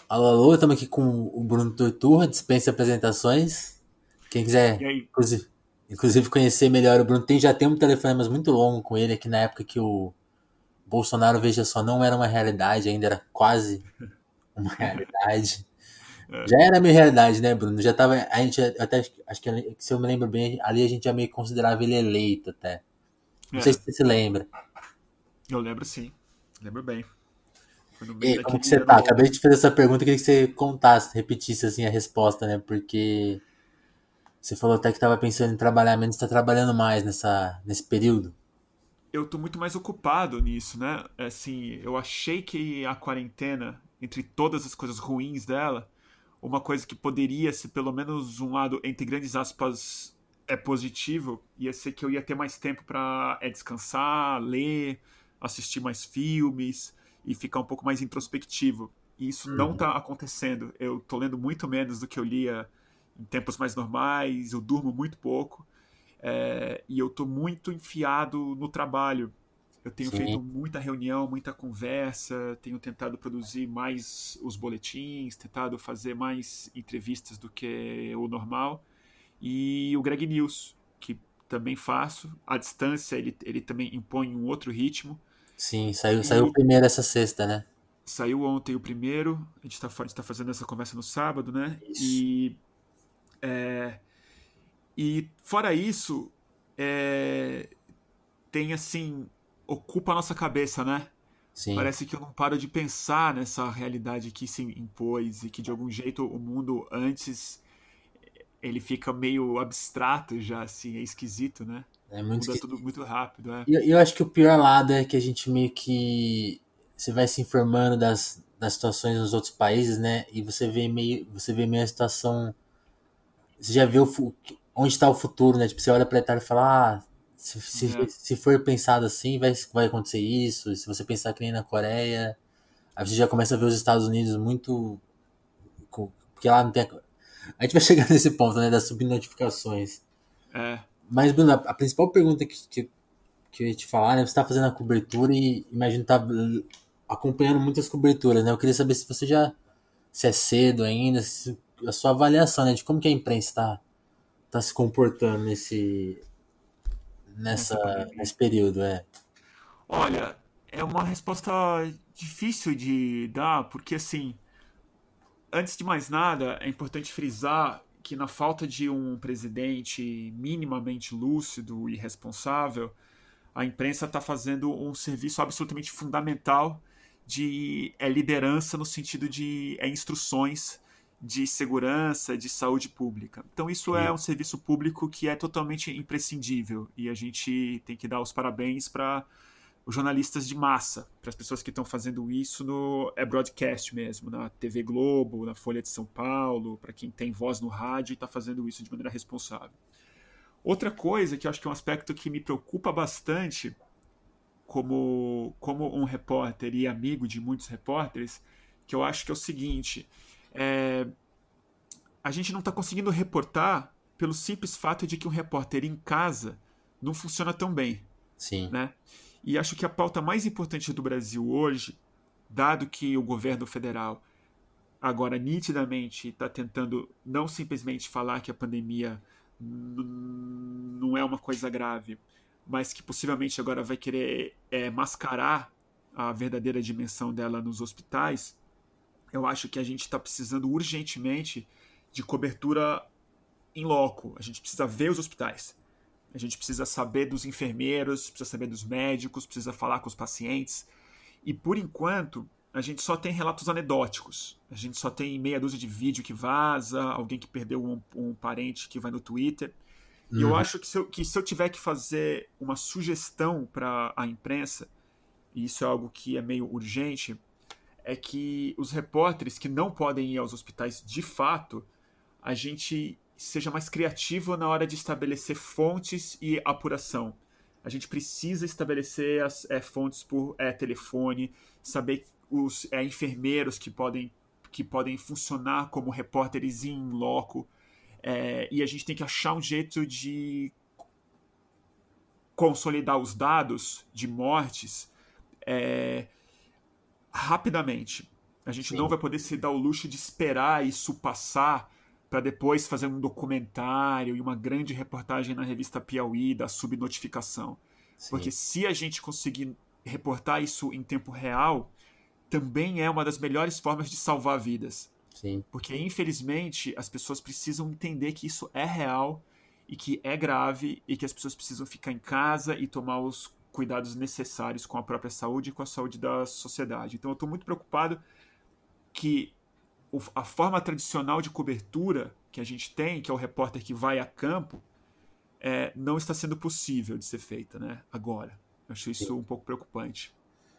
Alô, alô, estamos aqui com o Bruno Torturra, dispensa apresentações. Quem E quiser, aí? inclusive conhecer melhor o Bruno, já tem um telefonema muito longo com ele, aqui na época que o Bolsonaro, veja só, não era uma realidade, ainda era quase uma realidade. É, Já era meio realidade, né, Bruno? Já tava, a gente até, acho que se eu me lembro bem, ali a gente já meio que considerava ele eleito até. Não sei é, se você se lembra. eu lembro sim. Lembro bem. Foi no E meio aí, como que daquele você tá? ano. Acabei de te fazer essa pergunta, queria que você contasse, repetisse assim a resposta, né? Porque você falou até que estava pensando em trabalhar menos, está trabalhando mais nesse período. Eu tô muito mais ocupado nisso, né? Assim, eu achei que a quarentena, entre todas as coisas ruins dela, uma coisa que poderia ser pelo menos um lado, entre grandes aspas, positivo, ia ser que eu ia ter mais tempo para descansar, ler, assistir mais filmes e ficar um pouco mais introspectivo. E isso não Uhum. tá acontecendo. Eu tô lendo muito menos do que eu lia em tempos mais normais, eu durmo muito pouco. E eu estou muito enfiado no trabalho. Eu tenho Sim, feito muita reunião, muita conversa, tenho tentado produzir mais os boletins, tentado fazer mais entrevistas do que o normal. E o Greg News, que também faço. À distância, ele também impõe um outro ritmo. sim, saiu E primeiro essa sexta, né? saiu ontem o primeiro, a gente tá fazendo essa conversa no sábado, né? Isso. E fora isso, é, tem assim, ocupa a nossa cabeça, né? Sim. Parece que eu não paro de pensar nessa realidade que se impôs e que de algum jeito o mundo antes ele fica meio abstrato já, assim, é esquisito, né? É muito Muda tudo esquisito. muito rápido, é. E eu acho que o pior lado é que a gente meio que. Você vai se informando das situações nos outros países, né? E você vê meio a situação. Você já vê onde está o futuro, né? Tipo, você olha pra Itália e fala, É, se for pensado assim, vai acontecer isso. Se você pensar que nem na Coreia, aí você já começa a ver os Estados Unidos muito. Porque lá não tem. A gente vai chegar nesse ponto, né? Das subnotificações. é, Mas, Bruno, a principal pergunta que eu ia te falar, né? Você tá fazendo a cobertura e imagino tá acompanhando muitas coberturas, né? Eu queria saber se você já. Se é cedo ainda, a sua avaliação, né? De como que a imprensa tá se comportando nessa nesse pandemia. período, é. Olha, é uma resposta difícil de dar, porque assim, antes de mais nada, é importante frisar que na falta de um presidente minimamente lúcido e responsável, a imprensa está fazendo um serviço absolutamente fundamental de liderança no sentido de instruções de segurança, de saúde pública. Então isso é Sim. um serviço público que é totalmente imprescindível e a gente tem que dar os parabéns para os jornalistas de massa, para as pessoas que estão fazendo isso no broadcast mesmo, na TV Globo, na Folha de São Paulo, para quem tem voz no rádio e está fazendo isso de maneira responsável. Outra coisa que eu acho que é um aspecto que me preocupa bastante como um repórter e amigo de muitos repórteres, que eu acho que é o seguinte: é, a gente não está conseguindo reportar pelo simples fato de que um repórter em casa não funciona tão bem, Sim. né? E acho que a pauta mais importante do Brasil hoje, dado que o governo federal agora nitidamente está tentando não simplesmente falar que a pandemia não é uma coisa grave, mas que possivelmente agora vai querer mascarar a verdadeira dimensão dela nos hospitais, eu acho que a gente está precisando urgentemente de cobertura em loco. A gente precisa ver os hospitais. A gente precisa saber dos enfermeiros, precisa saber dos médicos, precisa falar com os pacientes. E por enquanto, a gente só tem relatos anedóticos. A gente só tem meia dúzia de vídeo que vaza, alguém que perdeu um parente que vai no Twitter. E eu Uhum. acho que se eu tiver que fazer uma sugestão para a imprensa, e isso é algo que é meio urgente, é que os repórteres que não podem ir aos hospitais de fato, a gente seja mais criativo na hora de estabelecer fontes e apuração. A gente precisa estabelecer as fontes por telefone, saber os enfermeiros que podem funcionar como repórteres em loco, e a gente tem que achar um jeito de consolidar os dados de mortes é, rapidamente. A gente não sim, vai poder se dar o luxo de esperar isso passar para depois fazer um documentário e uma grande reportagem na revista Piauí da subnotificação. Porque sim, se a gente conseguir reportar isso em tempo real, também é uma das melhores formas de salvar vidas. sim, Porque, infelizmente, as pessoas precisam entender que isso é real e que é grave e que as pessoas precisam ficar em casa e tomar os cuidados necessários com a própria saúde e com a saúde da sociedade. Então, eu estou muito preocupado que a forma tradicional de cobertura que a gente tem, que é o repórter que vai a campo, não está sendo possível de ser feita, né? Agora. Eu acho sim. isso um pouco preocupante.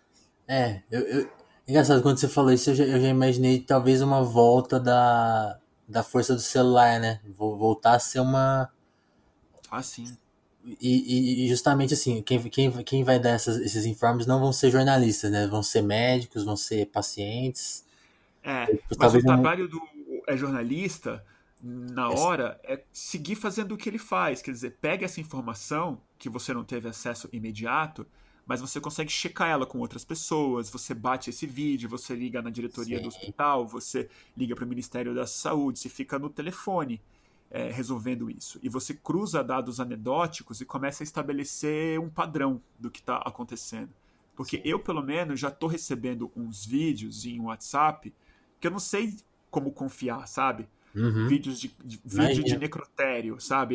Engraçado, quando você falou isso, eu já imaginei talvez uma volta da força do celular, né? Voltar a ser uma. Ah, sim. E justamente assim, quem vai dar esses informes não vão ser jornalistas, né? Vão ser médicos, vão ser pacientes. Mas o Talvez um. trabalho do jornalista, na hora, é seguir fazendo o que ele faz. Quer dizer, pega essa informação que você não teve acesso imediato, mas você consegue checar ela com outras pessoas, você bate esse vídeo, você liga na diretoria do Sim, hospital, você liga para o Ministério da Saúde, você fica no telefone resolvendo isso. E você cruza dados anedóticos e começa a estabelecer um padrão do que está acontecendo. Porque sim. eu, pelo menos, já estou recebendo uns vídeos em WhatsApp que eu não sei como confiar, sabe? Uhum. Vídeo de Imagina. necrotério, sabe?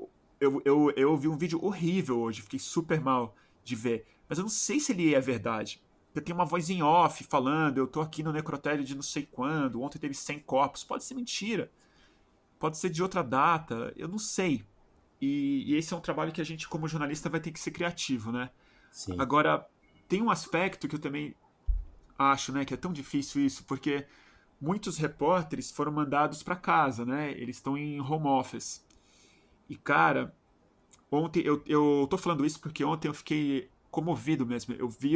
Eu vi um vídeo horrível hoje, fiquei super mal de ver. Mas eu não sei se ele é verdade. Porque tem uma voz em off falando, eu tô aqui no necrotério de não sei quando, ontem teve 100 corpos. Pode ser mentira, pode ser de outra data, eu não sei. E esse é um trabalho que a gente, como jornalista, vai ter que ser criativo, né? Sim. Agora, tem um aspecto que eu também acho, né, que é tão difícil isso, porque muitos repórteres foram mandados para casa, né? Eles estão em home office. E, cara, ontem eu tô falando isso porque ontem eu fiquei comovido mesmo. Eu vi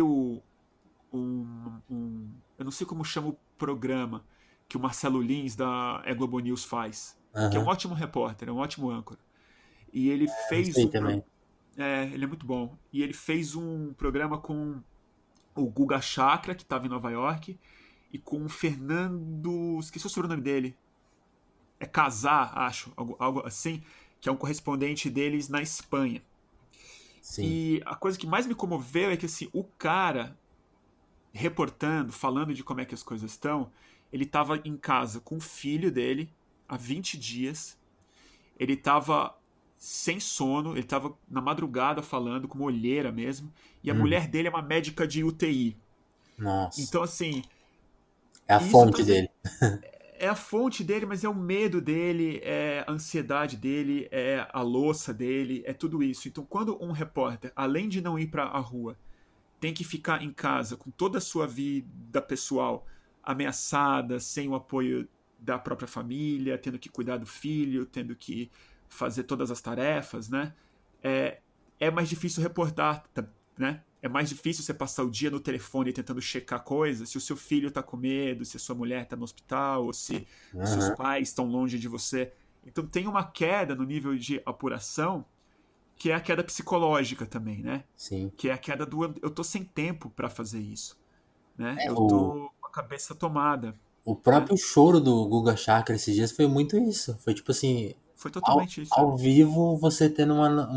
eu não sei como chama o programa que o Marcelo Lins da Globo News faz, que é um Aham. ótimo repórter, é um ótimo âncora. E ele Eu fez sei também. ele é muito bom. E ele fez um programa com o Guga Chakra, que estava em Nova York, e com o Fernando. Esqueci o sobrenome dele. É Casar, acho, algo assim, que é um correspondente deles na Espanha. Sim. E a coisa que mais me comoveu é que assim, o cara reportando, falando de como é que as coisas estão, ele estava em casa com o filho dele há 20 dias, ele estava sem sono, ele estava na madrugada falando, com uma olheira mesmo, e a Uhum. mulher dele é uma médica de UTI. Nossa. Então, assim, É a isso tá fonte sendo dele. é a fonte dele, mas é o medo dele, é a ansiedade dele, é a louça dele, é tudo isso. Então, quando um repórter, além de não ir para a rua, tem que ficar em casa com toda a sua vida pessoal ameaçada, sem o apoio da própria família, tendo que cuidar do filho, tendo que fazer todas as tarefas, né? É, é mais difícil reportar, né? É mais difícil você passar o dia no telefone tentando checar coisas, se o seu filho está com medo, se a sua mulher está no hospital, ou se os seus Aham. pais estão longe de você. Então tem uma queda no nível de apuração, que é a queda psicológica também, né? Sim. Que é a queda do eu tô sem tempo para fazer isso, né? É, Eu tô com a cabeça tomada, o né? próprio choro do Guga Chakra esses dias foi muito isso. Foi tipo assim, Foi ao, totalmente isso. ao vivo você tendo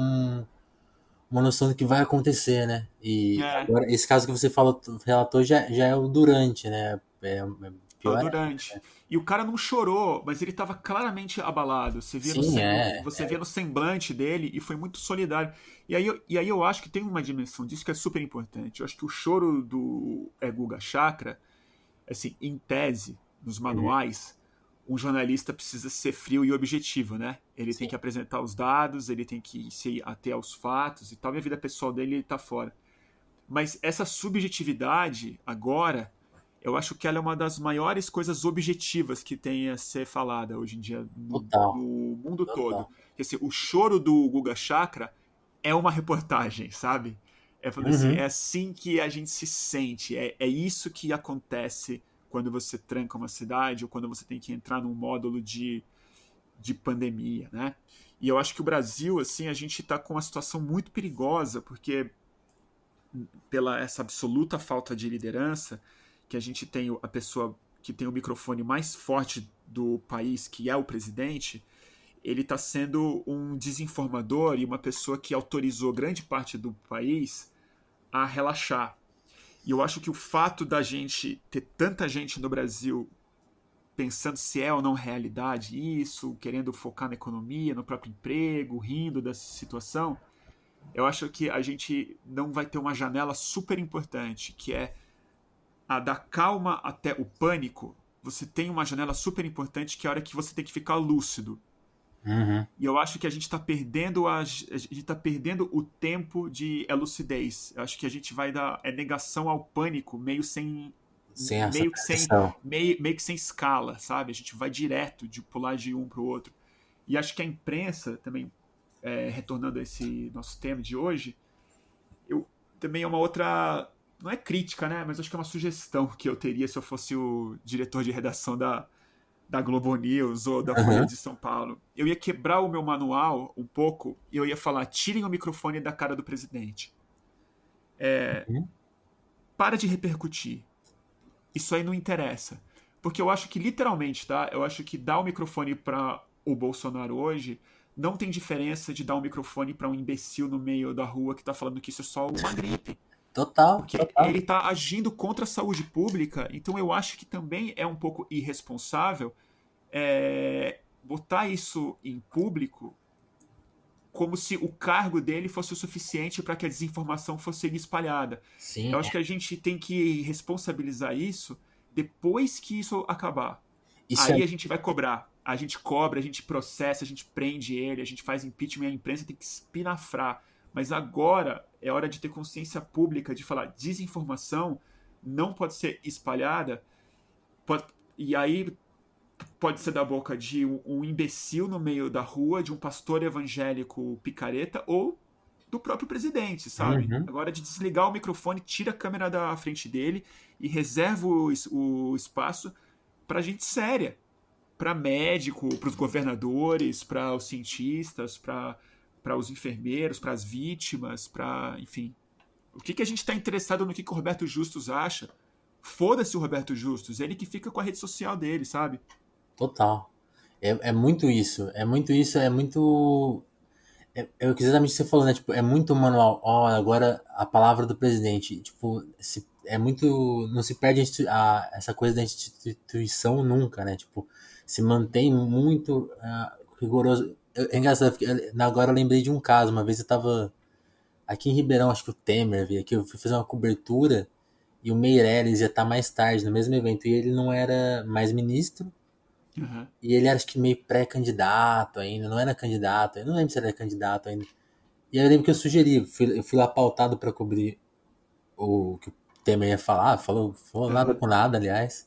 uma noção do que vai acontecer, né? E É, agora, esse caso que você falou, relatou já é o durante, né? É é o pior. durante. E o cara não chorou, mas ele estava claramente abalado. Sim, Você via no semblante dele e foi muito solidário. E aí eu acho que tem uma dimensão disso que é super importante. Eu acho que o choro do Guga Chakra, assim, em tese, nos Uhum. manuais, um jornalista precisa ser frio e objetivo, né? Ele tem Sim, que apresentar os dados, ele tem que se ater aos fatos e tal, e a vida pessoal dele tá fora. Mas essa subjetividade, agora, eu acho que ela é uma das maiores coisas objetivas que tem a ser falada hoje em dia total, no mundo todo. total. Quer dizer, o choro do Guga Chakra é uma reportagem, sabe? É falando assim, é Uhum. assim que a gente se sente, é isso que acontece quando você tranca uma cidade ou quando você tem que entrar num módulo de pandemia, né? E eu acho que o Brasil, assim, a gente está com uma situação muito perigosa, porque pela essa absoluta falta de liderança, que a gente tem a pessoa que tem o microfone mais forte do país, que é o presidente, ele está sendo um desinformador e uma pessoa que autorizou grande parte do país a relaxar. E eu acho que o fato da gente ter tanta gente no Brasil pensando se é ou não realidade isso, querendo focar na economia, no próprio emprego, rindo dessa situação, eu acho que a gente não vai ter uma janela super importante, que é a da calma até o pânico. Você tem uma janela super importante que é a hora que você tem que ficar lúcido. Uhum. E eu acho que a gente está perdendo o tempo de lucidez. Eu acho que a gente vai dar negação ao pânico Sem essa meio que sem percepção. meio que sem escala, sabe? A gente vai direto de pular de um para o outro. E acho que a imprensa também, retornando a esse nosso tema de hoje, eu também é uma outra, não é crítica, né? Mas acho que é uma sugestão que eu teria se eu fosse o diretor de redação da Globo News ou da Folha Uhum. de São Paulo. Eu ia quebrar o meu manual um pouco e eu ia falar: tirem o microfone da cara do presidente. Uhum. Para de repercutir. Isso aí não interessa. Porque eu acho que, literalmente, tá? Eu acho que dar o microfone para o Bolsonaro hoje não tem diferença de dar um microfone para um imbecil no meio da rua que tá falando que isso é só uma gripe. Total, Porque total. ele tá agindo contra a saúde pública, então eu acho que também é um pouco irresponsável botar isso em público como se o cargo dele fosse o suficiente para que a desinformação fosse espalhada. Sim, Eu acho que a gente tem que responsabilizar isso depois que isso acabar. isso é. Aí a gente vai cobrar. A gente cobra, a gente processa, a gente prende ele, a gente faz impeachment e a imprensa tem que espinafrar. Mas agora é hora de ter consciência pública de falar: desinformação não pode ser espalhada. Pode, e aí pode ser da boca de um imbecil no meio da rua, de um pastor evangélico picareta ou do próprio presidente, sabe? Uhum. Agora de desligar o microfone, tira a câmera da frente dele e reserva o espaço para gente séria, para médico, para os governadores, para os cientistas, para os enfermeiros, para as vítimas, para, enfim. O que a gente está interessado no que o Roberto Justus acha? Foda-se o Roberto Justus, ele que fica com a rede social dele, sabe? Total. É muito isso. É muito isso. É muito. É exatamente o que você falou, né? Tipo, é muito manual. Ó, agora a palavra do presidente. Tipo, é muito. Não se perde essa coisa da instituição nunca, né? Tipo, se mantém muito rigoroso. É engraçado, porque agora eu lembrei de um caso. Uma vez eu tava aqui em Ribeirão, acho que o Temer veio aqui. Eu fui fazer uma cobertura e o Meirelles ia estar mais tarde no mesmo evento. E ele não era mais ministro. Uhum. E ele era, acho que meio pré-candidato ainda, não era candidato, eu não lembro se ele era candidato ainda. E aí eu lembro que eu sugeri, eu fui lá pautado pra cobrir o que o Temer ia falar, falou nada Uhum. com nada, aliás.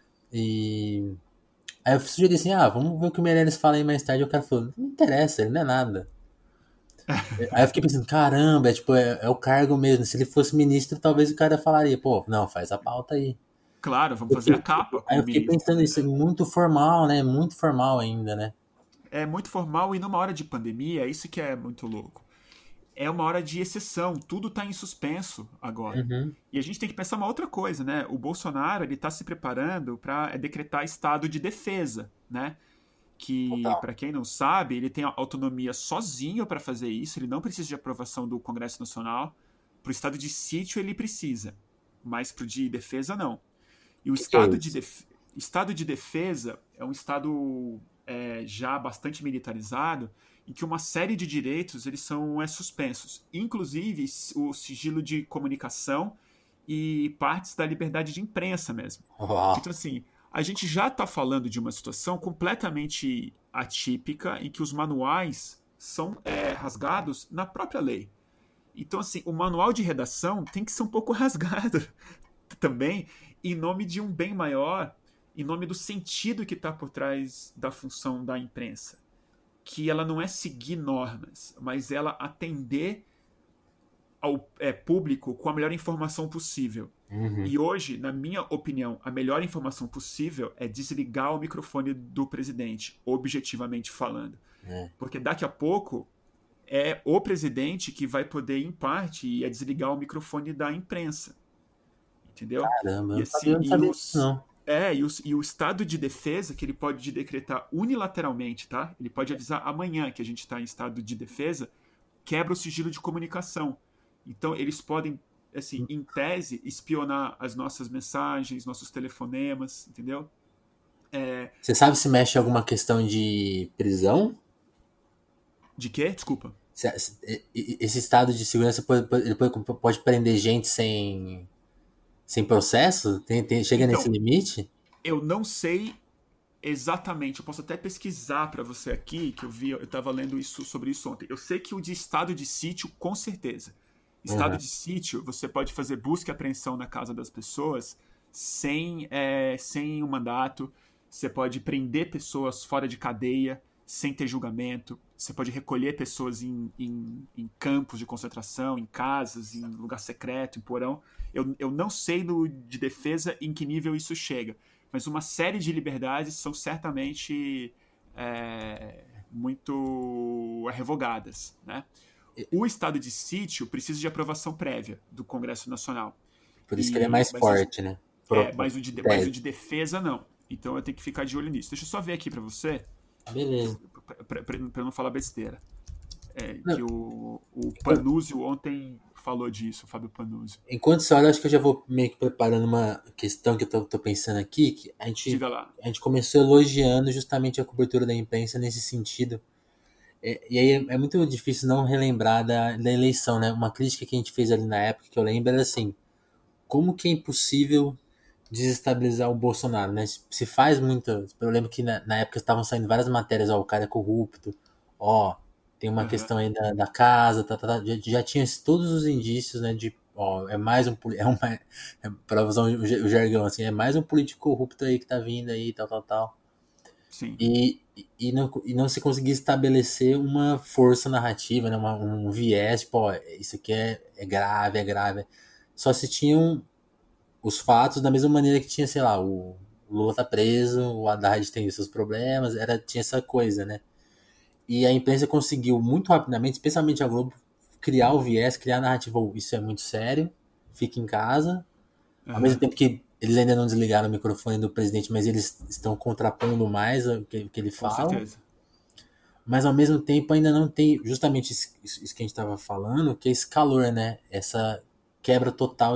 E aí eu sugeri assim, vamos ver o que o Meirelles fala aí mais tarde. E o cara falou, não interessa, ele não é nada. Aí eu fiquei pensando, caramba, é o cargo mesmo. Se ele fosse ministro, talvez o cara falaria, pô, não, faz a pauta aí. Claro, vamos Eu fazer a fiquei- capa Aí com eu o fiquei ministro. pensando isso, é muito formal, né? Muito formal ainda, né? É muito formal e numa hora de pandemia, isso que é muito louco. É uma hora de exceção, tudo está em suspenso agora. Uhum. E a gente tem que pensar uma outra coisa, né? O Bolsonaro ele está se preparando para decretar estado de defesa, né? Que, Total. para quem não sabe, ele tem autonomia sozinho para fazer isso, ele não precisa de aprovação do Congresso Nacional. Para o estado de sítio ele precisa, mas para o de defesa não. E o Que é isso? estado de defesa é um estado já bastante militarizado, em que uma série de direitos eles são suspensos, inclusive o sigilo de comunicação e partes da liberdade de imprensa mesmo. Uau. Então, assim, a gente já está falando de uma situação completamente atípica em que os manuais são rasgados na própria lei. Então, assim, o manual de redação tem que ser um pouco rasgado também em nome de um bem maior, em nome do sentido que está por trás da função da imprensa. Que ela não é seguir normas, mas ela atender ao público com a melhor informação possível. Uhum. E hoje, na minha opinião, a melhor informação possível é desligar o microfone do presidente, objetivamente falando. É. Porque daqui a pouco é o presidente que vai poder, em parte, desligar o microfone da imprensa. Entendeu? Caramba, E eu assim, não sabia disso, não. E o estado de defesa, que ele pode decretar unilateralmente, tá? Ele pode avisar amanhã que a gente está em estado de defesa, quebra o sigilo de comunicação. Então, eles podem, assim, em tese, espionar as nossas mensagens, nossos telefonemas, entendeu? Você sabe se mexe em alguma questão de prisão? De quê? Desculpa. Esse estado de segurança ele pode prender gente sem processo? Chega nesse Então, limite? eu não sei exatamente, eu posso até pesquisar para você aqui, que eu estava lendo sobre isso ontem. Eu sei que o de estado de sítio, com certeza. Estado Uhum. de sítio, você pode fazer busca e apreensão na casa das pessoas sem um mandato. Você pode prender pessoas fora de cadeia, sem ter julgamento. Você pode recolher pessoas em campos de concentração, em casas, em lugar secreto, em porão. Eu não sei de defesa em que nível isso chega, mas uma série de liberdades são certamente muito revogadas, né? O estado de sítio precisa de aprovação prévia do Congresso Nacional. Por isso que ele é mais forte, né? Mas o de defesa não. Então eu tenho que ficar de olho nisso. Deixa eu só ver aqui para você, Beleza. para não falar besteira. Que Não, o Panúzio ontem falou disso, o Fábio Panúzio. enquanto você olha, acho que eu já vou meio que preparando uma questão que eu tô pensando aqui, que Diga lá. a gente começou elogiando justamente a cobertura da imprensa nesse sentido. E aí é muito difícil não relembrar da eleição, né? Uma crítica que a gente fez ali na época, que eu lembro, era assim, como que é impossível desestabilizar o Bolsonaro, né? Se faz muita. Eu lembro que na época estavam saindo várias matérias, ó, o cara é corrupto, ó, tem uma Uhum. questão aí da casa, já tinha todos os indícios, né, de, ó, é mais um, pra usar o jargão, assim, é mais um político corrupto aí que tá vindo aí, tal. Sim. E não se conseguir estabelecer uma força narrativa, né, um viés, tipo, ó, isso aqui é grave, é grave. Só se tinham os fatos da mesma maneira que tinha, sei lá, o Lula tá preso, o Haddad tem os seus problemas, tinha essa coisa, né? E a imprensa conseguiu muito rapidamente, especialmente a Globo, criar o viés, criar a narrativa, oh, isso é muito sério, fique em casa, ao mesmo Uhum. tempo que eles ainda não desligaram o microfone do presidente, mas eles estão contrapondo mais o que ele Com fala, certeza. mas ao mesmo tempo ainda não tem justamente isso que a gente estava falando, que é esse calor, né? Essa quebra total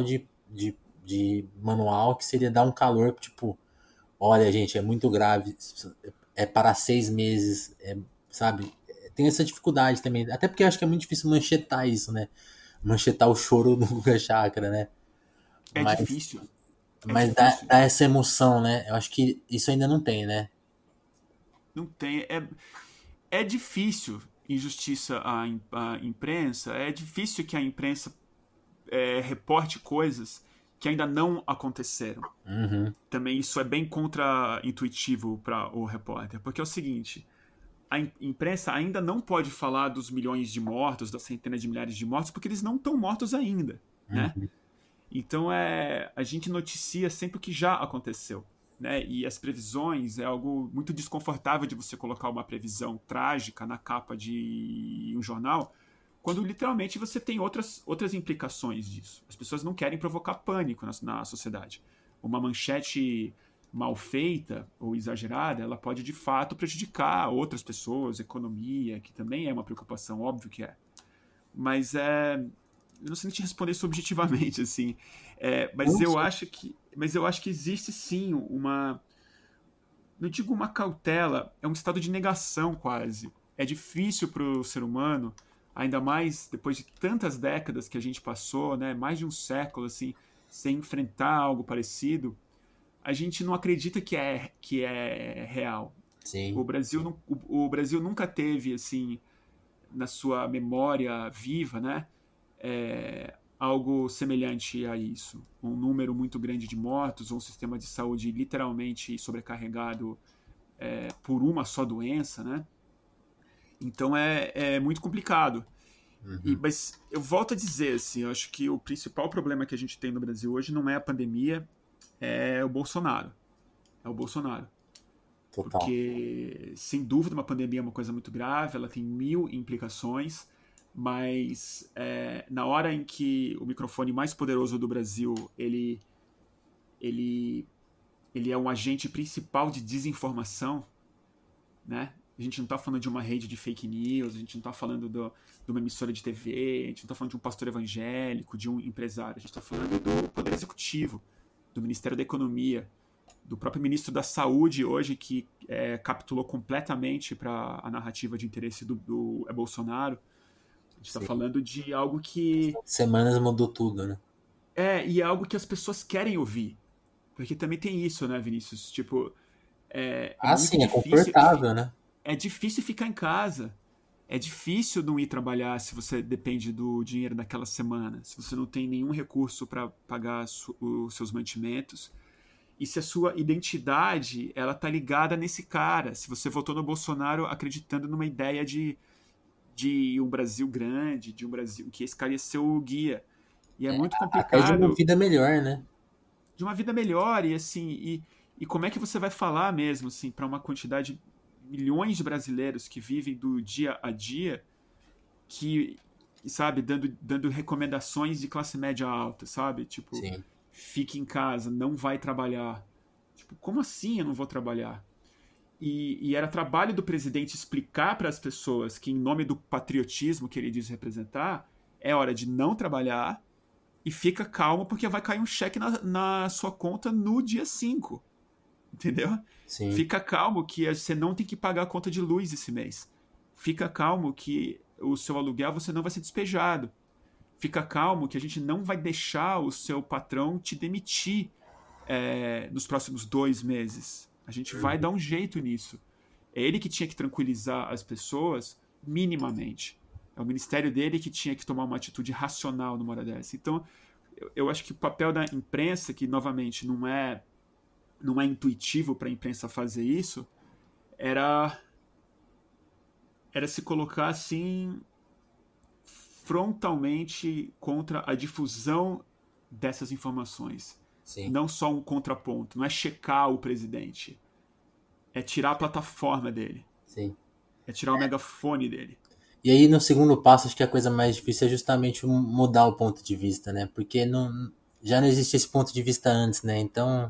de manual, que seria dar um calor, tipo, olha, gente, é muito grave, é para 6 meses, sabe? Tem essa dificuldade também, até porque eu acho que é muito difícil manchetar isso, né? Manchetar o choro do Guga Chakra, né? É Mas, difícil. É mas difícil. dá essa emoção, né? Eu acho que isso ainda não tem, né? Não tem. É difícil injustiça à imprensa. É difícil que a imprensa reporte coisas que ainda não aconteceram. Uhum, Também isso é bem contra-intuitivo para o repórter, porque é o seguinte: a imprensa ainda não pode falar dos milhões de mortos, das centenas de milhares de mortos, porque eles não estão mortos ainda, né? uhum. Então a gente noticia sempre o que já aconteceu, né? E as previsões é algo muito desconfortável de você colocar uma previsão trágica na capa de um jornal, quando literalmente você tem outras implicações disso. As pessoas não querem provocar pânico na sociedade. Uma manchete mal feita ou exagerada, ela pode de fato prejudicar outras pessoas, economia, que também é uma preocupação, óbvio que é. Mas eu não sei te responder isso objetivamente, assim. Não sei. Mas eu acho que existe sim uma. Não digo uma cautela, é um estado de negação quase. É difícil para o ser humano, ainda mais depois de tantas décadas que a gente passou, né, mais de um século, assim, sem enfrentar algo parecido, a gente não acredita que é real. O Sim. Brasil, o Brasil nunca teve, assim, na sua memória viva, né, algo semelhante a isso. Um número muito grande de mortos, um sistema de saúde literalmente sobrecarregado por uma só doença, né? Então é muito complicado. Uhum. Mas eu volto a dizer, assim, eu acho que o principal problema que a gente tem no Brasil hoje não é a pandemia, é o Bolsonaro. É o Bolsonaro. Total. Porque, sem dúvida, uma pandemia é uma coisa muito grave, ela tem mil implicações, mas na hora em que o microfone mais poderoso do Brasil ele ele é um agente principal de desinformação, né? A gente não está falando de uma rede de fake news, a gente não está falando de uma emissora de TV, a gente não está falando de um pastor evangélico, de um empresário, a gente está falando do Poder Executivo, do Ministério da Economia, do próprio ministro da Saúde hoje, que capitulou completamente para a narrativa de interesse do Bolsonaro. A gente está Sim. falando de algo que... Semanas mudou tudo, né? E é algo que as pessoas querem ouvir. Porque também tem isso, né, Vinícius? Tipo, é muito Sim, é difícil... confortável, né? É difícil ficar em casa. É difícil não ir trabalhar se você depende do dinheiro daquela semana, se você não tem nenhum recurso para pagar os seus mantimentos. E se a sua identidade ela tá ligada nesse cara, se você votou no Bolsonaro acreditando numa ideia de um Brasil grande, de um Brasil que esse cara ia ser o guia. E é muito Até de uma complicado, vida melhor, né? de uma vida melhor, e assim, e como é que você vai falar mesmo assim para uma quantidade milhões de brasileiros que vivem do dia a dia, que, sabe, dando recomendações de classe média alta, sabe? Tipo, Sim. fique em casa, não vai trabalhar. Tipo, como assim eu não vou trabalhar? E era trabalho do presidente explicar para as pessoas que, em nome do patriotismo que ele diz representar, é hora de não trabalhar e fica calmo porque vai cair um cheque na sua conta no dia 5. Entendeu? Sim. Fica calmo que você não tem que pagar a conta de luz esse mês. Fica calmo que o seu aluguel você não vai ser despejado. Fica calmo que a gente não vai deixar o seu patrão te demitir nos próximos 2 meses. A gente vai dar um jeito nisso. É ele que tinha que tranquilizar as pessoas minimamente. É o ministério dele que tinha que tomar uma atitude racional numa hora dessa. Então, eu acho que o papel da imprensa, que novamente não é intuitivo para a imprensa fazer isso, era se colocar assim frontalmente contra a difusão dessas informações. Sim. Não só um contraponto, não é checar o presidente, é tirar a plataforma dele, Sim. é tirar o megafone dele. E aí, no segundo passo, acho que a coisa mais difícil é justamente mudar o ponto de vista, né? Porque já não existe esse ponto de vista antes, né? Então,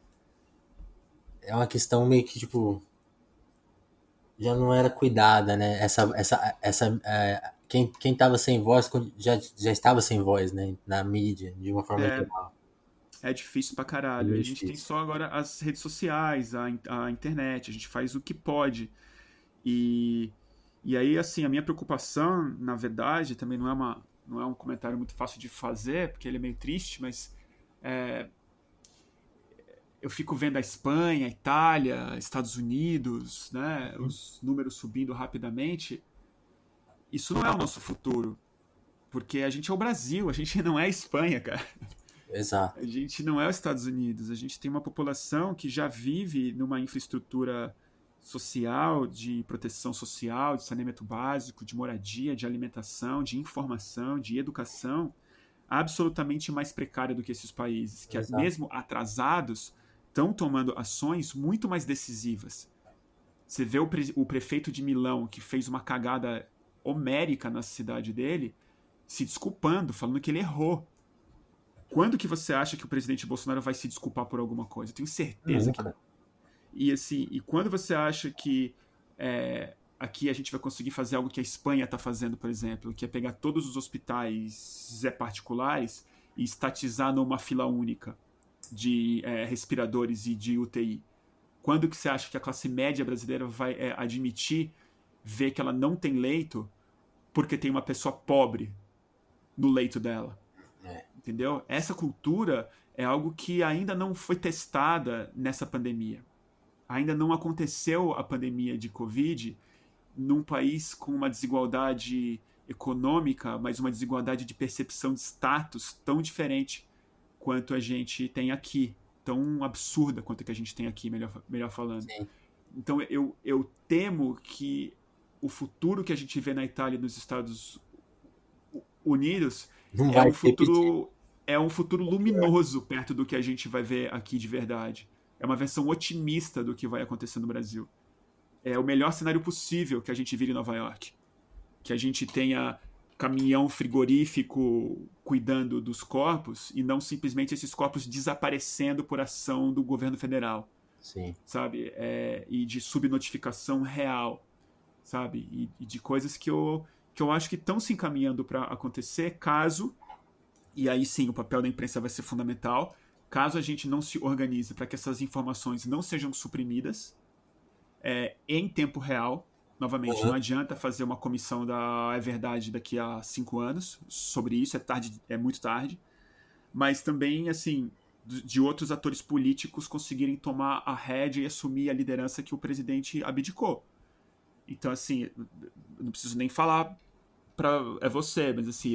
é uma questão meio que, tipo, já não era cuidada, né? Quem tava sem voz já estava sem voz, né? Na mídia, de uma forma É, geral. é difícil pra É caralho. A muito gente tem difícil. só agora as redes sociais, a internet, a gente faz o que pode. E, e aí, assim, a minha preocupação, na verdade, também não é um comentário muito fácil de fazer, porque ele é meio triste, mas é, eu fico vendo a Espanha, a Itália, Estados Unidos, né, os números subindo rapidamente. Isso não é o nosso futuro, porque a gente é o Brasil, a gente não é a Espanha, cara. Exato. A gente não é os Estados Unidos, a gente tem uma população que já vive numa infraestrutura social, de proteção social, de saneamento básico, de moradia, de alimentação, de informação, de educação, absolutamente mais precária do que esses países, que Exato. mesmo atrasados, estão tomando ações muito mais decisivas. Você vê o prefeito de Milão, que fez uma cagada homérica na cidade dele, se desculpando, falando que ele errou. Quando que você acha que o presidente Bolsonaro vai se desculpar por alguma coisa? Eu tenho certeza que Nunca. não. E assim, e quando você acha que aqui a gente vai conseguir fazer algo que a Espanha está fazendo, por exemplo, que é pegar todos os hospitais particulares e estatizar numa fila única de respiradores e de UTI? Quando que você acha que a classe média brasileira vai admitir ver que ela não tem leito porque tem uma pessoa pobre no leito dela? É. Entendeu? Essa cultura é algo que ainda não foi testada nessa pandemia. Ainda não aconteceu a pandemia de Covid num país com uma desigualdade econômica, mas uma desigualdade de percepção de status tão diferente quanto a gente tem aqui, tão absurda quanto a que a gente tem aqui, melhor falando. Sim. Então eu temo que o futuro que a gente vê na Itália e nos Estados Unidos Não é vai um se repetir. futuro luminoso perto do que a gente vai ver aqui de verdade. É uma versão otimista do que vai acontecer no Brasil. É o melhor cenário possível que a gente vira em Nova York. Que a gente tenha caminhão frigorífico cuidando dos corpos e não simplesmente esses corpos desaparecendo por ação do governo federal, Sim. sabe? E de subnotificação real, sabe? E de coisas que eu acho que estão se encaminhando para acontecer caso, e aí sim o papel da imprensa vai ser fundamental, caso a gente não se organize para que essas informações não sejam suprimidas em tempo real. Novamente, não Uhum. adianta fazer uma comissão da É Verdade daqui a 5 anos sobre isso, é muito tarde. Mas também, assim, de outros atores políticos conseguirem tomar a rédea e assumir a liderança que o presidente abdicou. Então, assim, não preciso nem falar para você, mas assim,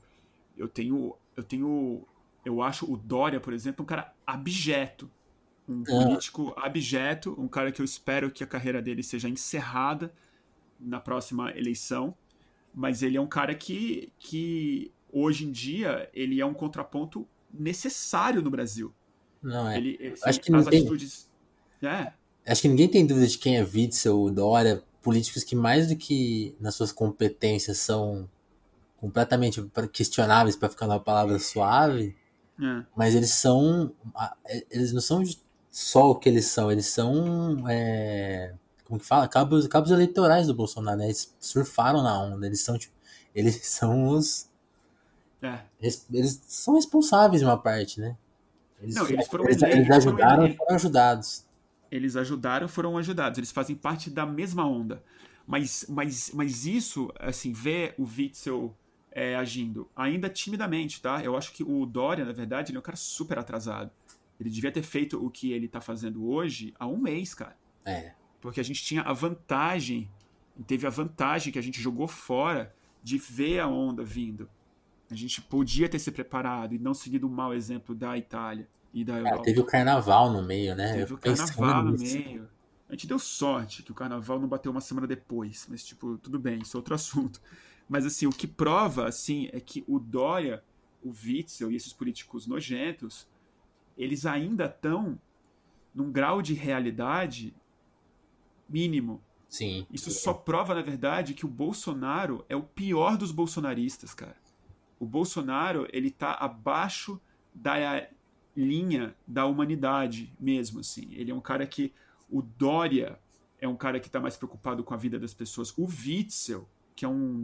eu acho o Dória, por exemplo, um cara abjeto, um Não, político abjeto, um cara que eu espero que a carreira dele seja encerrada na próxima eleição, mas ele é um cara que hoje em dia ele é um contraponto necessário no Brasil. não é. Acho Assim, que as ninguém, atitudes, né? acho que ninguém tem dúvida de quem é Witzel ou Dória, políticos que mais do que nas suas competências são completamente questionáveis, para ficar uma palavra suave, É. mas eles não são só o que eles são, como que fala? Cabos eleitorais do Bolsonaro, né? Eles surfaram na onda, eles são É. eles são responsáveis em uma parte, né? Não, eles foram Eles eleitos, ajudaram e foram ajudados. eles ajudaram, foram ajudados, eles fazem parte da mesma onda. Mas isso, assim, ver o Witzel agindo, ainda timidamente, tá? Eu acho que o Dória, na verdade, ele é um cara super atrasado. Ele devia ter feito o que ele tá fazendo hoje há um mês, cara. É, Porque a gente tinha a vantagem, teve a vantagem que a gente jogou fora de ver a onda vindo. A gente podia ter se preparado e não seguido o mau exemplo da Itália e da cara, teve Europa. o carnaval no meio, né? Eu Teve o fico pensando carnaval no nisso. meio. A gente deu sorte que o carnaval não bateu uma semana depois, mas tipo, tudo bem, isso é outro assunto. Mas assim, o que prova assim é que o Dória, o Witzel e esses políticos nojentos, eles ainda estão num grau de realidade mínimo. Sim. Isso só prova, na verdade, que o Bolsonaro é o pior dos bolsonaristas, cara. O Bolsonaro, ele tá abaixo da linha da humanidade mesmo, assim. Ele é um cara que... O Dória é um cara que tá mais preocupado com a vida das pessoas. O Witzel, que é um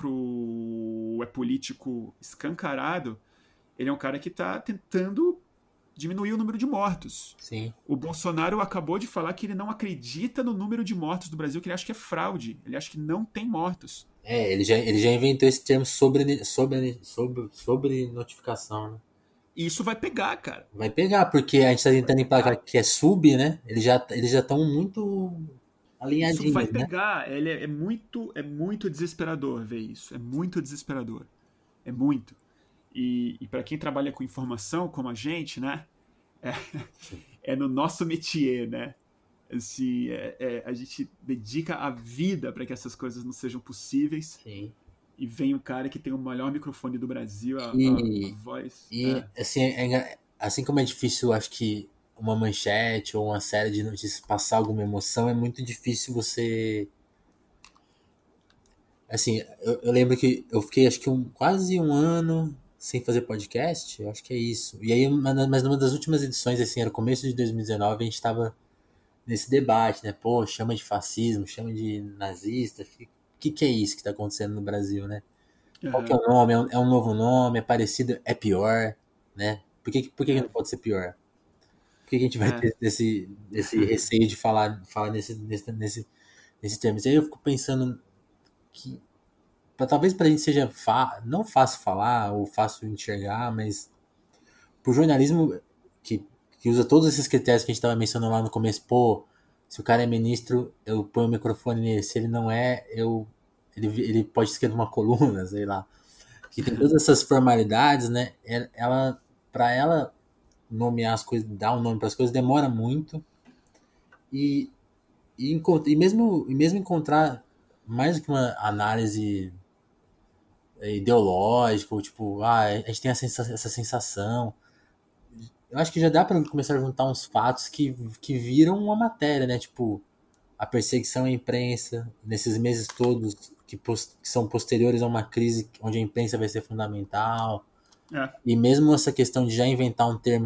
político escancarado, ele é um cara que tá tentando diminuir o número de mortos. Sim. O Bolsonaro acabou de falar que ele não acredita no número de mortos do Brasil, que ele acha que é fraude. Ele acha que não tem mortos. Ele já inventou esse termo sobre notificação, né? E isso vai pegar, cara. Vai pegar, porque a gente tá Vai tentando emplacar pegar. que é sub, né? Eles já estão muito Isso vai alinhadinhos, né? pegar. Ele é muito desesperador ver isso. É muito desesperador. É muito. E para quem trabalha com informação, como a gente, né? É, é no nosso métier, né? Assim, a gente dedica a vida para que essas coisas não sejam possíveis. Sim. E vem um cara que tem o melhor microfone do Brasil, a E, voz. e assim, assim como é difícil, acho que uma manchete ou uma série de notícias passar alguma emoção, é muito difícil você. Assim, eu lembro que eu fiquei acho que quase um ano sem fazer podcast, eu acho que é isso. E aí, mas numa das últimas edições, assim, era o começo de 2019, a gente tava nesse debate, né? Pô, chama de fascismo, chama de nazista. O que é isso que tá acontecendo no Brasil, né? Qual que é Aham. o nome? É um novo nome? É parecido? É pior? Né? Por que É, não pode ser pior? Por que a gente vai é, ter esse receio de falar nesse termo? E aí eu fico pensando que talvez pra gente seja não fácil falar ou fácil enxergar, mas pro jornalismo que, que usa todos esses critérios que a gente estava mencionando lá no começo, pô, se o cara é ministro, eu ponho o microfone nele, se ele não é, ele pode escrever uma coluna, sei lá. Que tem todas essas formalidades, né? Para ela nomear as coisas, dar um nome para as coisas, demora muito. E, e mesmo encontrar mais do que uma análise ideológica, ou tipo, a gente tem essa sensação. Eu acho que já dá para começar a juntar uns fatos que viram uma matéria, né? Tipo, a perseguição à imprensa, nesses meses todos que são posteriores a uma crise onde a imprensa vai ser fundamental, É, e mesmo essa questão de já inventar um termo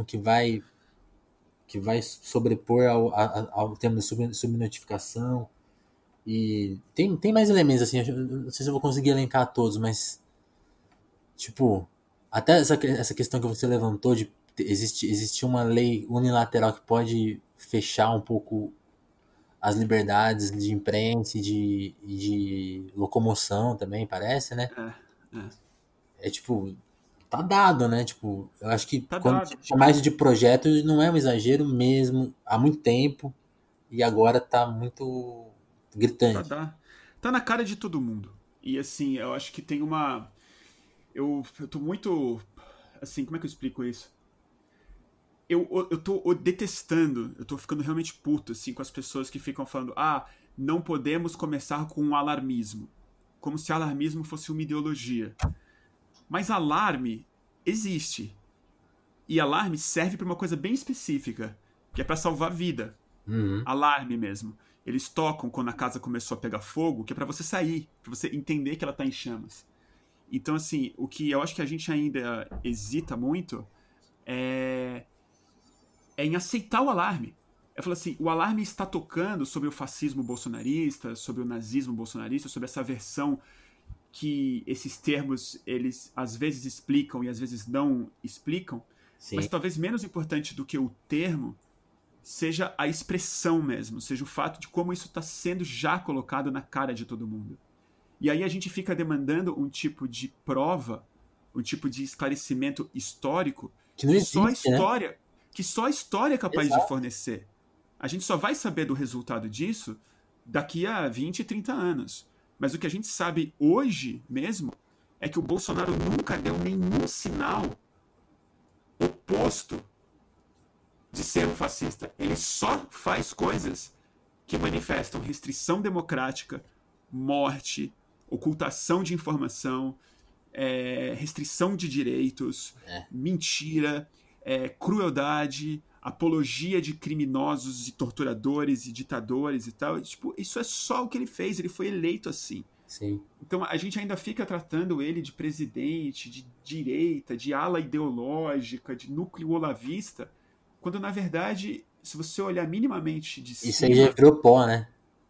que vai sobrepor ao termo de subnotificação, e tem mais elementos, assim, eu não sei se eu vou conseguir elencar todos, mas, tipo, até essa questão que você levantou de existir uma lei unilateral que pode fechar um pouco as liberdades de imprensa e de locomoção também, parece, né? é, é. É tipo, tá dado, né? Tipo, eu acho que Tá quando se dado. chama mais de projeto não é um exagero mesmo, há muito tempo, e agora tá muito Tá, gritante. tá na cara de todo mundo. E assim, eu acho que tem uma. Eu tô muito. Assim, como é que eu explico isso? Eu tô detestando, eu tô ficando realmente puto, assim, com as pessoas que ficam falando, não podemos começar com um alarmismo. Como se alarmismo fosse uma ideologia. Mas alarme existe. E alarme serve para uma coisa bem específica, que é para salvar vida. Uhum. Alarme mesmo. Eles tocam quando a casa começou a pegar fogo, que é para você sair, para você entender que ela tá em chamas. Então, assim, o que eu acho que a gente ainda hesita muito é, é em aceitar o alarme. Eu falo assim, o alarme está tocando sobre o fascismo bolsonarista, sobre o nazismo bolsonarista, sobre essa versão que esses termos eles às vezes explicam e às vezes não explicam, mas Sim, talvez menos importante do que o termo seja a expressão mesmo, seja o fato de como isso está sendo já colocado na cara de todo mundo. E aí a gente fica demandando um tipo de prova, um tipo de esclarecimento histórico que não existe, né? que só a história é capaz de Exato. fornecer. A gente só vai saber do resultado disso daqui a 20, 30 anos. Mas o que a gente sabe hoje mesmo é que o Bolsonaro nunca deu nenhum sinal oposto de ser um fascista. Ele só faz coisas que manifestam restrição democrática, morte, ocultação de informação, restrição de direitos, É, mentira, crueldade, apologia de criminosos e torturadores e ditadores e tal. Tipo, isso é só o que ele fez, ele foi eleito assim. sim. Então a gente ainda fica tratando ele de presidente, de direita, de ala ideológica, de núcleo olavista, quando na verdade, se você olhar minimamente de Isso aí já cima, virou pó, né?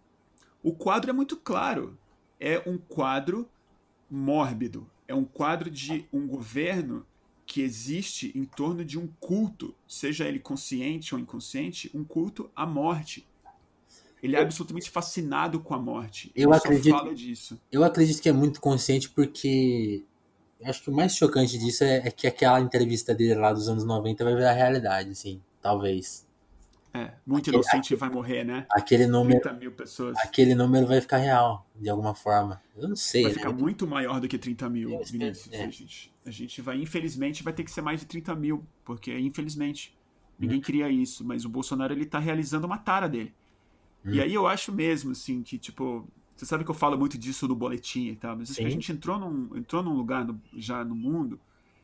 o quadro é muito claro. É um quadro mórbido. É um quadro de um governo que existe em torno de um culto, seja ele consciente ou inconsciente, um culto à morte. Ele é Eu, absolutamente fascinado com a morte. eu Ele só acredito, fala disso. eu acredito que é muito consciente porque eu acho que o mais chocante disso é que aquela entrevista dele lá dos anos 90 vai virar realidade, assim, talvez. Muito Aquele, inocente vai morrer, né? aquele número 30 mil pessoas. aquele número vai ficar real, de alguma forma. Eu não Vai sei, né? ficar muito maior do que 30 Eu mil, espero. Vinícius. A gente vai, infelizmente, vai ter que ser mais de 30 mil, porque, infelizmente, ninguém queria isso, mas o Bolsonaro, ele tá realizando uma tara dele. E Hum, aí eu acho mesmo, assim, que, tipo, você sabe que eu falo muito disso no boletim e tal, mas acho que a sim, gente entrou num lugar já no mundo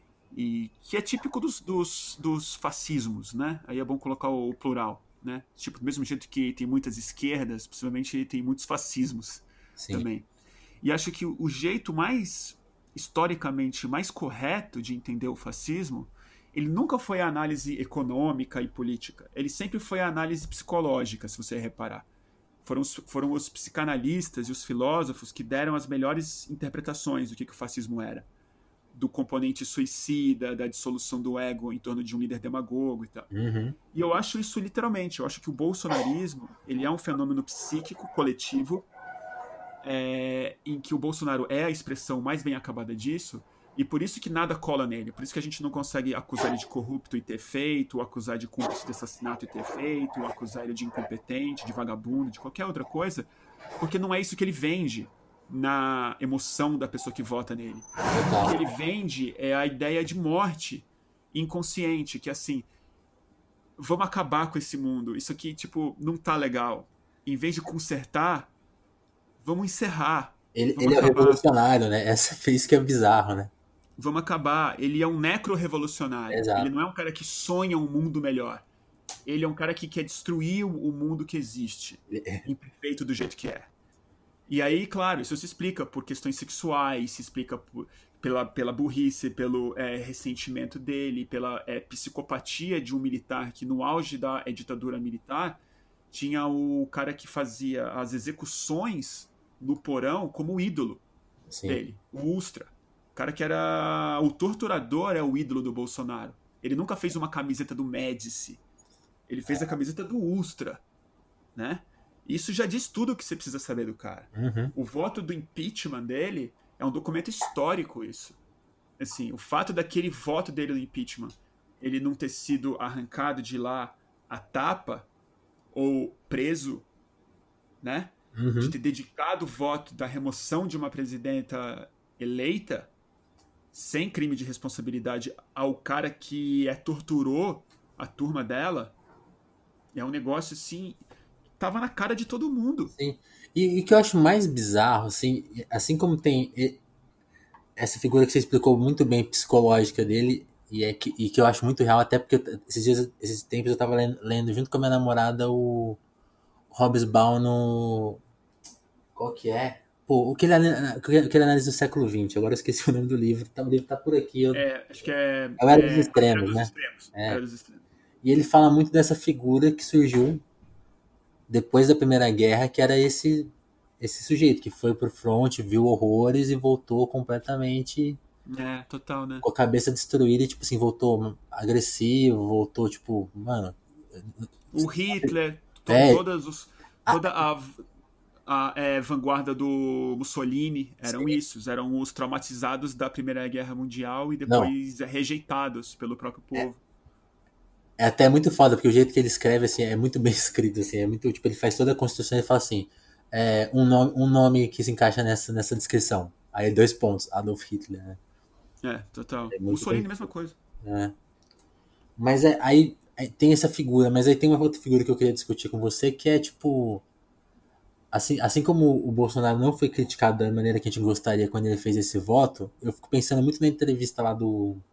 e que é típico dos fascismos, né? Aí é bom colocar o plural, né? Tipo, do mesmo jeito que tem muitas esquerdas, possivelmente tem muitos fascismos sim. também. E acho que o jeito mais historicamente mais correto de entender o fascismo, ele nunca foi a análise econômica e política. Ele sempre foi a análise psicológica, se você reparar. Foram os psicanalistas e os filósofos que deram as melhores interpretações do que o fascismo era. Do componente suicida, da dissolução do ego em torno de um líder demagogo e tal. Uhum. E eu acho isso literalmente. Eu acho que o bolsonarismo ele é um fenômeno psíquico coletivo em que o Bolsonaro é a expressão mais bem acabada disso, e por isso que nada cola nele, por isso que a gente não consegue acusar ele de corrupto e ter feito, ou acusar de cúmplice de assassinato e ter feito, ou acusar ele de incompetente, de vagabundo, de qualquer outra coisa, porque não é isso que ele vende na emoção da pessoa que vota nele. O que ele Total. vende é a ideia de morte inconsciente, que assim, vamos acabar com esse mundo, isso aqui, tipo, não tá legal. Em vez de consertar, vamos encerrar, Ele vamos é o acabar. revolucionário, né? Essa fez que é bizarro, né? Vamos acabar. Ele é um necro-revolucionário. Ele Exato. não é um cara que sonha um mundo melhor. Ele é um cara que quer destruir o mundo que existe, imperfeito do jeito que é. E aí, claro, isso se explica por questões sexuais, se explica pela burrice, pelo ressentimento dele, pela psicopatia de um militar que, no auge da ditadura militar, tinha o cara que fazia as execuções no porão como ídolo Sim. dele, o Ustra. O cara que era o torturador é o ídolo do Bolsonaro. Ele nunca fez uma camiseta do Médici. Ele fez a camiseta do Ustra, né? Isso já diz tudo o que você precisa saber do cara. Uhum. O voto do impeachment dele é um documento histórico, isso. Assim, o fato daquele voto dele no impeachment, ele não ter sido arrancado de lá a tapa ou preso, né? De Uhum. ter dedicado o voto da remoção de uma presidenta eleita sem crime de responsabilidade ao cara que torturou a turma dela, é um negócio assim, tava na cara de todo mundo. Sim. E o que eu acho mais bizarro, assim como tem essa figura que você explicou muito bem, psicológica dele, e que eu acho muito real, até porque esses tempos eu tava lendo junto com a minha namorada o Hobsbawm no. Qual que é? Pô, o que ele analisa do século XX, agora eu esqueci o nome do livro, o livro tá por aqui, Acho que é o Era dos A Era Extremos, dos né? Extremos. Era É. dos Extremos. E ele fala muito dessa figura que surgiu depois da Primeira Guerra, que era esse sujeito que foi pro front, viu horrores e voltou completamente Total, né? com a cabeça destruída e, tipo assim, voltou agressivo, voltou, tipo, mano. O Hitler, É, toda a vanguarda do Mussolini eram isso, eram os traumatizados da Primeira Guerra Mundial e não, depois rejeitados pelo próprio povo. é até muito foda, porque o jeito que ele escreve, assim, é muito bem escrito, assim, é muito, tipo, ele faz toda a construção e fala assim, um nome que se encaixa nessa descrição. Aí 2 pontos, Adolf Hitler, né? Total. É muito bem. Mussolini, mesma coisa. Né? Mas aí tem essa figura, mas aí tem uma outra figura que eu queria discutir com você, que é tipo. Assim como o Bolsonaro não foi criticado da maneira que a gente gostaria quando ele fez esse voto, eu fico pensando muito na entrevista lá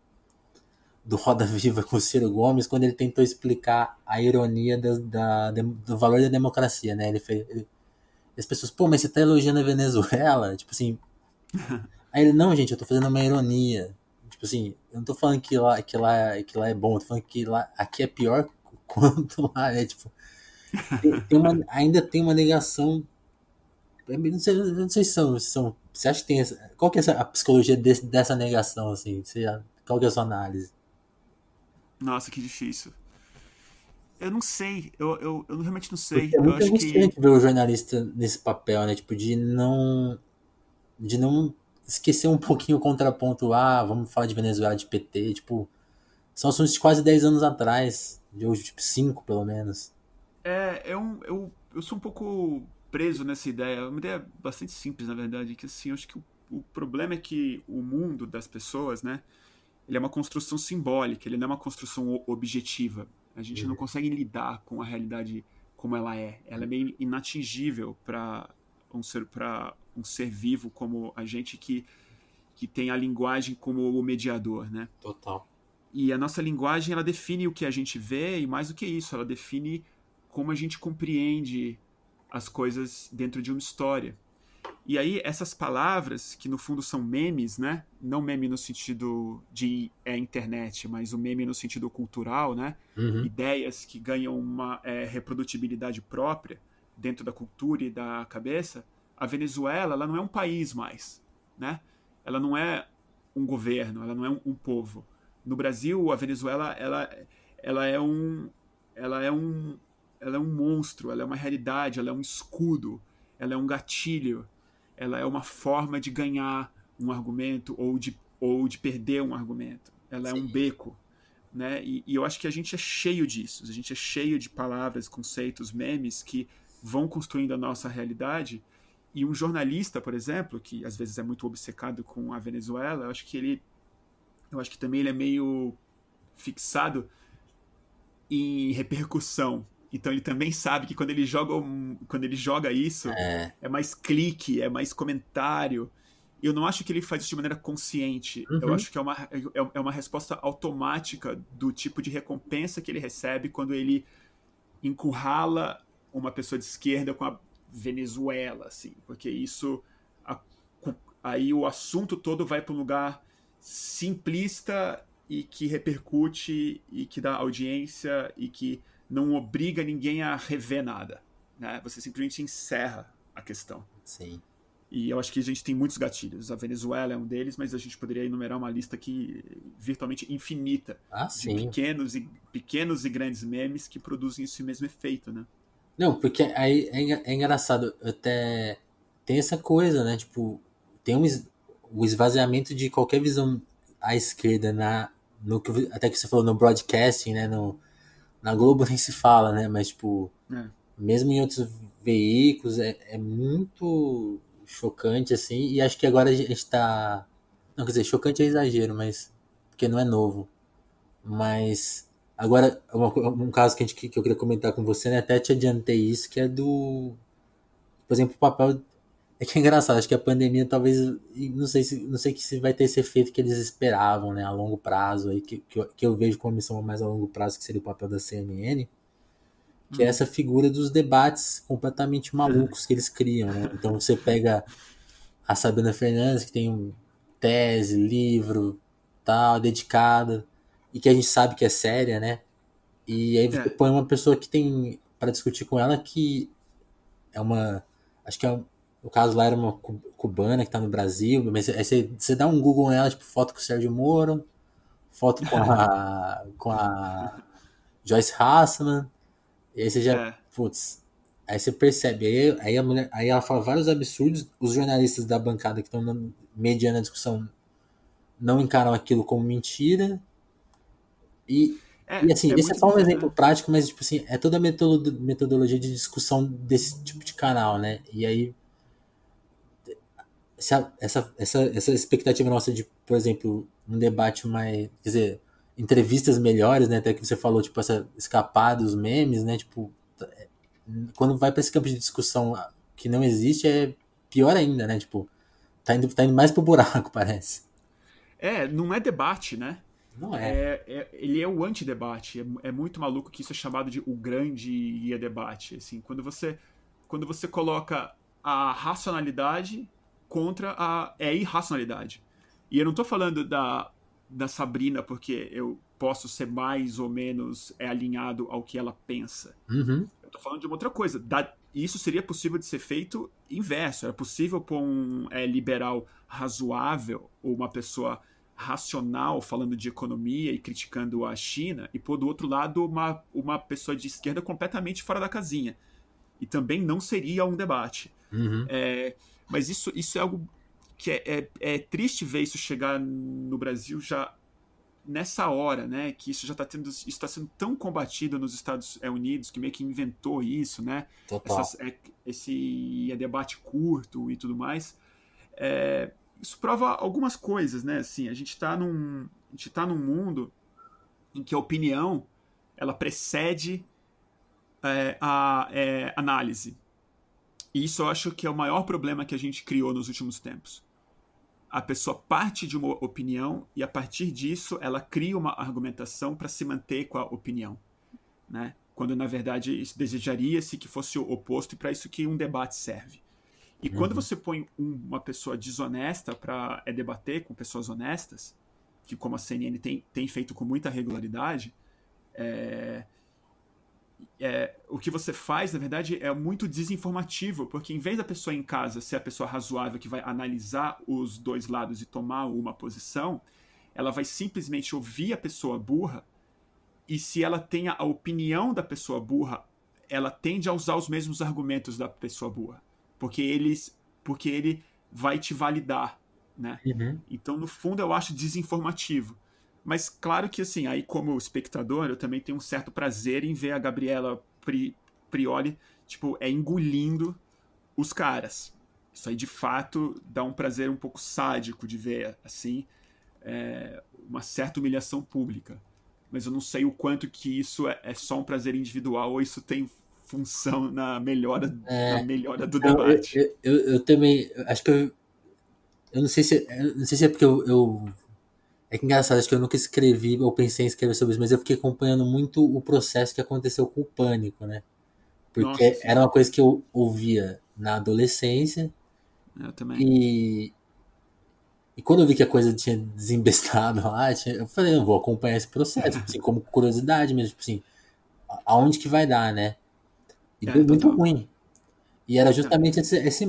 do Roda Viva com o Ciro Gomes, quando ele tentou explicar a ironia do valor da democracia, né? As pessoas, pô, mas você tá elogiando a Venezuela? Tipo assim. Aí ele, não, gente, eu tô fazendo uma ironia. Tipo assim, eu não tô falando que lá é bom, eu tô falando que aqui é pior quanto lá, né? Tipo, ainda tem uma negação. Eu não sei se são. Você acha que tem essa. Qual que é a psicologia dessa negação, assim? Qual que é a sua análise? Nossa, que difícil. Eu não sei, eu realmente não Porque sei. é Eu muito acho que angustiante ver o jornalista nesse papel, né? Tipo, de não esquecer um pouquinho o contraponto. Ah, vamos falar de Venezuela, de PT. Tipo, são assuntos de quase 10 anos atrás. De hoje, tipo, 5 pelo menos. eu sou um pouco preso nessa ideia. É uma ideia bastante simples, na verdade, que assim, eu acho que o problema é que o mundo das pessoas, né, ele é uma construção simbólica, ele não é uma construção objetiva. A gente não consegue lidar com a realidade como ela é. Ela é meio inatingível para um ser vivo como a gente que tem a linguagem como o mediador, né? Total. E a nossa linguagem, ela define o que a gente vê e mais do que isso, ela define como a gente compreende as coisas dentro de uma história. E aí, essas palavras, que no fundo são memes, né? Não meme no sentido de internet, mas o meme no sentido cultural, né? Uhum. Ideias que ganham uma reprodutibilidade própria dentro da cultura e da cabeça. A Venezuela, ela não é um país mais, né? Ela não é um governo, ela não é um povo. No Brasil, a Venezuela, ela é um, ela é um, ela é um monstro, ela é uma realidade, ela é um escudo, ela é um gatilho, ela é uma forma de ganhar um argumento ou de perder um argumento. Ela é um Sim. beco, né? E eu acho que a gente é cheio disso. A gente é cheio de palavras, conceitos, memes que vão construindo a nossa realidade. E um jornalista, por exemplo, que às vezes é muito obcecado com a Venezuela, eu acho que também ele é meio fixado em repercussão. Então ele também sabe que quando ele joga isso, É, é mais clique, é mais comentário. eu não acho que ele faz isso de maneira consciente. Eu Uhum. acho que é uma resposta automática do tipo de recompensa que ele recebe quando ele encurrala uma pessoa de esquerda com a Venezuela, assim, porque isso a- aí o assunto todo vai para um lugar simplista e que repercute e que dá audiência e que não obriga ninguém a rever nada, né? Você simplesmente encerra a questão. Sim. E eu acho que a gente tem muitos gatilhos. A Venezuela é um deles, mas a gente poderia enumerar uma lista aqui virtualmente infinita Ah, de sim. pequenos e grandes memes que produzem esse mesmo efeito, né? Não, porque aí é engraçado, até tem essa coisa, né? Tipo, tem o esvaziamento de qualquer visão à esquerda no que até que você falou no broadcasting, né? Na Globo nem se fala, né? Mas tipo, É, mesmo em outros veículos é muito chocante assim. E acho que agora a gente tá, não, quer dizer, chocante é exagero, mas porque não é novo. Mas agora, um caso que eu queria comentar com você, né? Até te adiantei isso, que é do. Por exemplo, o papel. É que é engraçado, acho que a pandemia talvez. Não sei se vai ter esse efeito que eles esperavam, né? A longo prazo, aí, que eu vejo como missão mais a longo prazo, que seria o papel da CNN, que é hum, essa figura dos debates completamente malucos que eles criam, né? Então você pega a Sabrina Fernandes, que tem tese, livro, tal, dedicada, e que a gente sabe que é séria, né? E aí você é, põe uma pessoa que tem para discutir com ela que é uma, acho que é no caso lá era uma cubana que tá no Brasil, mas aí você dá um Google nela, tipo foto com o Sérgio Moro, foto com a Joyce Hasselman, e aí você já, é, putz, aí você percebe, aí a mulher, aí ela fala vários absurdos, os jornalistas da bancada que estão mediando a discussão não encaram aquilo como mentira. E, e assim, é esse é muito só um exemplo difícil. prático, mas tipo assim, é toda a metodologia de discussão desse tipo de canal, né? E aí, essa expectativa nossa de, por exemplo, um debate mais, quer dizer, entrevistas melhores, né? Até que você falou, tipo, essa escapar dos memes, né? Tipo, quando vai para esse campo de discussão que não existe, é pior ainda, né? Tipo, tá indo mais pro buraco, parece. Não é debate, né? Não é. Ele é o antidebate. É muito maluco que isso é chamado de o grande guia debate. Assim, quando você coloca a racionalidade contra a irracionalidade. E eu não estou falando da Sabrina porque eu posso ser mais ou menos alinhado ao que ela pensa. Uhum, Eu tô falando de uma outra coisa. Isso seria possível de ser feito inverso. Era possível pôr um liberal razoável ou uma pessoa racional falando de economia e criticando a China e pôr do outro lado uma pessoa de esquerda completamente fora da casinha. E também não seria um debate. uhum. É, mas isso é algo que é triste ver isso chegar no Brasil já nessa hora, né, que isso já está sendo tão combatido nos Estados Unidos, que meio que inventou isso, né, Total. esse debate curto e tudo mais, isso prova algumas coisas, né, assim, a gente tá num mundo em que a opinião, ela precede a análise, e isso eu acho que é o maior problema que a gente criou nos últimos tempos. A pessoa parte de uma opinião e a partir disso ela cria uma argumentação para se manter com a opinião, né? Quando na verdade desejaria-se que fosse o oposto e para isso que um debate serve. E quando Uhum. você põe uma pessoa desonesta para debater com pessoas honestas, que como a CNN tem feito com muita regularidade, o que você faz, na verdade, é muito desinformativo, porque em vez da pessoa em casa ser a pessoa razoável que vai analisar os dois lados e tomar uma posição, ela vai simplesmente ouvir a pessoa burra e se ela tem a opinião da pessoa burra, ela tende a usar os mesmos argumentos da pessoa burra, porque ele vai te validar, né? Uhum. Então, no fundo, eu acho desinformativo. Mas claro que assim, aí como espectador, eu também tenho um certo prazer em ver a Gabriela Prioli, tipo, engolindo os caras. Isso aí de fato dá um prazer um pouco sádico de ver, assim, uma certa humilhação pública. Mas eu não sei o quanto que isso é só um prazer individual ou isso tem função na melhora É, do não, debate. eu também acho que eu não sei se é porque é que engraçado, acho que eu nunca escrevi ou pensei em escrever sobre isso, mas eu fiquei acompanhando muito o processo que aconteceu com o pânico, né? Nossa, Porque era sim. uma coisa que eu ouvia na adolescência Eu também. e, e quando eu vi que a coisa tinha desembestado lá, eu falei, eu vou acompanhar esse processo, tipo assim, como curiosidade mesmo, tipo assim, aonde que vai dar, né? E deu muito Total. ruim. E era É. justamente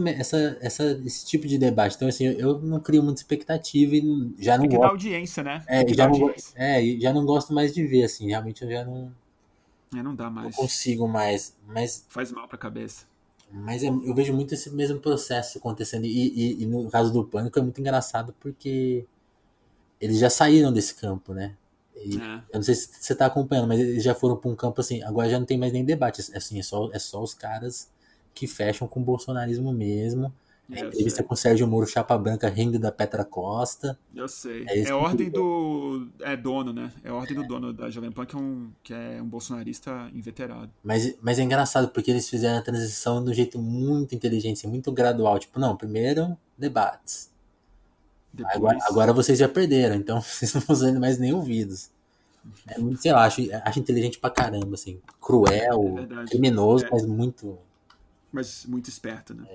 esse tipo de debate. Então, assim, eu não crio muita expectativa e já não Tem que dar gosto. audiência, né? Tem É, que e dar já não, audiência. e já não gosto mais de ver, assim. Realmente eu já Não dá não mais. consigo mais. Faz mal pra cabeça. Eu vejo muito esse mesmo processo acontecendo. E no caso do Pânico é muito engraçado porque eles já saíram desse campo, né? E É, eu não sei se você tá acompanhando, mas eles já foram para um campo assim. Agora já não tem mais nem debate. Assim, é só os caras que fecham com o bolsonarismo mesmo. É eu entrevista sei. com o Sérgio Moro Chapa Branca rindo da Petra Costa. Eu sei. É É esse tipo de ordem coisa. do. É dono, né? É ordem do dono da Jovem Pan, que é um bolsonarista inveterado. Mas é engraçado porque eles fizeram a transição de um jeito muito inteligente, assim, muito gradual. Tipo, não, primeiro debates. Depois. Agora vocês já perderam, então vocês não estão sendo mais nem ouvidos. É muito, sei lá, acho inteligente pra caramba, assim. É Cruel, verdade. criminoso, É, mas muito. mas muito esperto, né?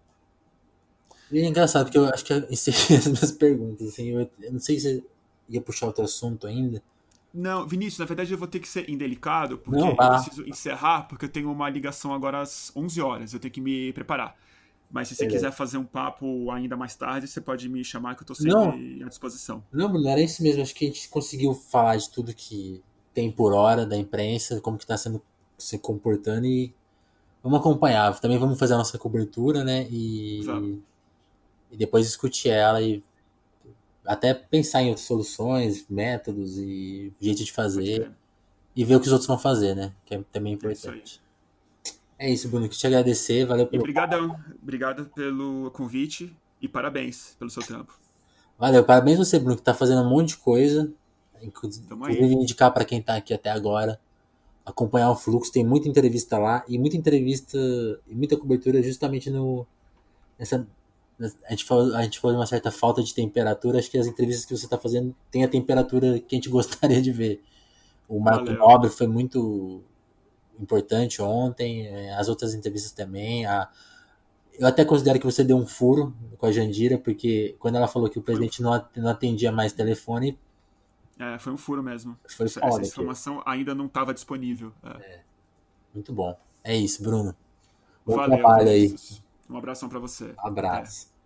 E é engraçado porque eu acho que eu encerrei as minhas perguntas, assim. Eu não sei se você ia puxar outro assunto ainda. Não, Vinícius, na verdade eu vou ter que ser indelicado, Não, porque eu vai lá. preciso encerrar, porque eu tenho uma ligação agora às 11 horas, eu tenho que me preparar. Mas se você quiser Beleza. fazer um papo ainda mais tarde, você pode me chamar que eu tô Não, sempre à disposição. não, Bruno, era isso mesmo. Acho que a gente conseguiu falar de tudo que tem por hora da imprensa, como que tá sendo se comportando e vamos acompanhar. Também vamos fazer a nossa cobertura, né? Vamos, E depois discutir ela e até pensar em outras soluções, métodos e jeito de pode fazer crer. e ver o que os outros vão fazer, né? Que é também É isso aí. importante. É isso, Bruno. Queria te agradecer, valeu E pelo papo. brigadão, obrigado pelo convite e parabéns pelo seu trampo. Valeu, parabéns você, Bruno, que tá fazendo um monte de coisa. Tamo aí. Inclusive indicar para quem tá aqui até agora, acompanhar o fluxo, tem muita entrevista lá e muita entrevista e muita cobertura justamente no nessa a gente falou de uma certa falta de temperatura, acho que as entrevistas que você está fazendo têm a temperatura que a gente gostaria de ver. O Marco Valeu. Nobre foi muito importante ontem, as outras entrevistas também. Eu até considero que você deu um furo com a Jandira, porque quando ela falou que o Foi um, presidente não atendia mais telefone, foi um furo mesmo. foi Essa foda aqui. informação ainda não estava disponível. Muito bom. É isso, Bruno. Bom Valeu, trabalho aí. Vinícius. Um abração para você. Até. Abraço.